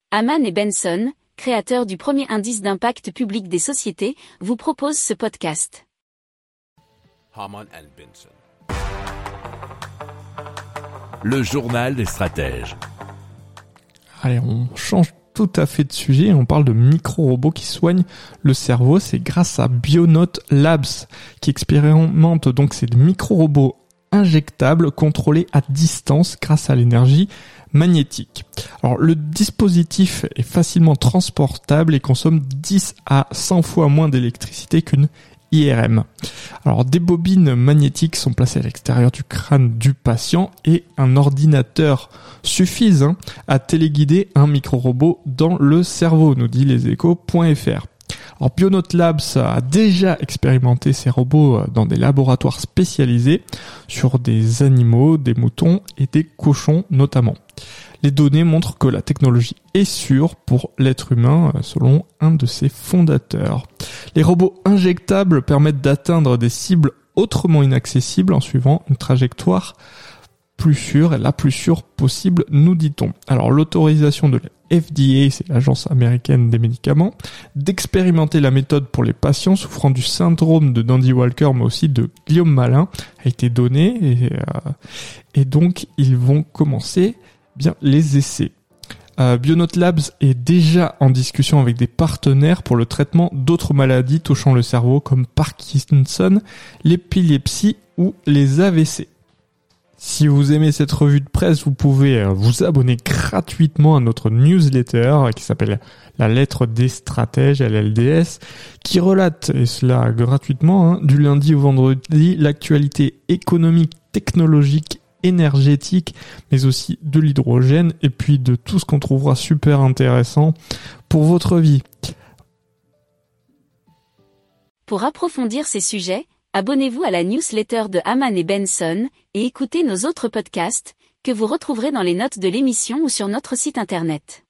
Hamann et Benson, créateurs du premier indice d'impact public des sociétés, vous proposent ce podcast. Hamann and Benson. Le journal des stratèges. Allez, on change tout à fait de sujet. On parle de micro-robots qui soignent le cerveau. C'est grâce à Bionote Labs qui expérimente donc ces micro-robots injectables contrôlés à distance grâce à l'énergie magnétique. Alors, le dispositif est facilement transportable et consomme 10 à 100 fois moins d'électricité qu'une IRM. Alors, des bobines magnétiques sont placées à l'extérieur du crâne du patient et un ordinateur suffisent à téléguider un micro-robot dans le cerveau, nous dit leséchos.fr. Alors, Bionote Labs a déjà expérimenté ces robots dans des laboratoires spécialisés sur des animaux, des moutons et des cochons notamment. Les données montrent que la technologie est sûre pour l'être humain, selon un de ses fondateurs. Les robots injectables permettent d'atteindre des cibles autrement inaccessibles en suivant une trajectoire plus sûre, la plus sûre possible, nous dit-on. Alors, l'autorisation de la FDA, c'est l'agence américaine des médicaments, d'expérimenter la méthode pour les patients souffrant du syndrome de Dandy-Walker, mais aussi de Guillaume Malin, a été donnée et donc ils vont commencer bien les essais. Bionote Labs est déjà en discussion avec des partenaires pour le traitement d'autres maladies touchant le cerveau comme Parkinson, l'épilepsie ou les AVC. Si vous aimez cette revue de presse, vous pouvez vous abonner gratuitement à notre newsletter qui s'appelle La Lettre des Stratèges, LLDS, qui relate, et cela gratuitement, du lundi au vendredi, l'actualité économique, technologique, énergétique, mais aussi de l'hydrogène et puis de tout ce qu'on trouvera super intéressant pour votre vie. Pour approfondir ces sujets, abonnez-vous à la newsletter de Hamann et Benson et écoutez nos autres podcasts que vous retrouverez dans les notes de l'émission ou sur notre site internet.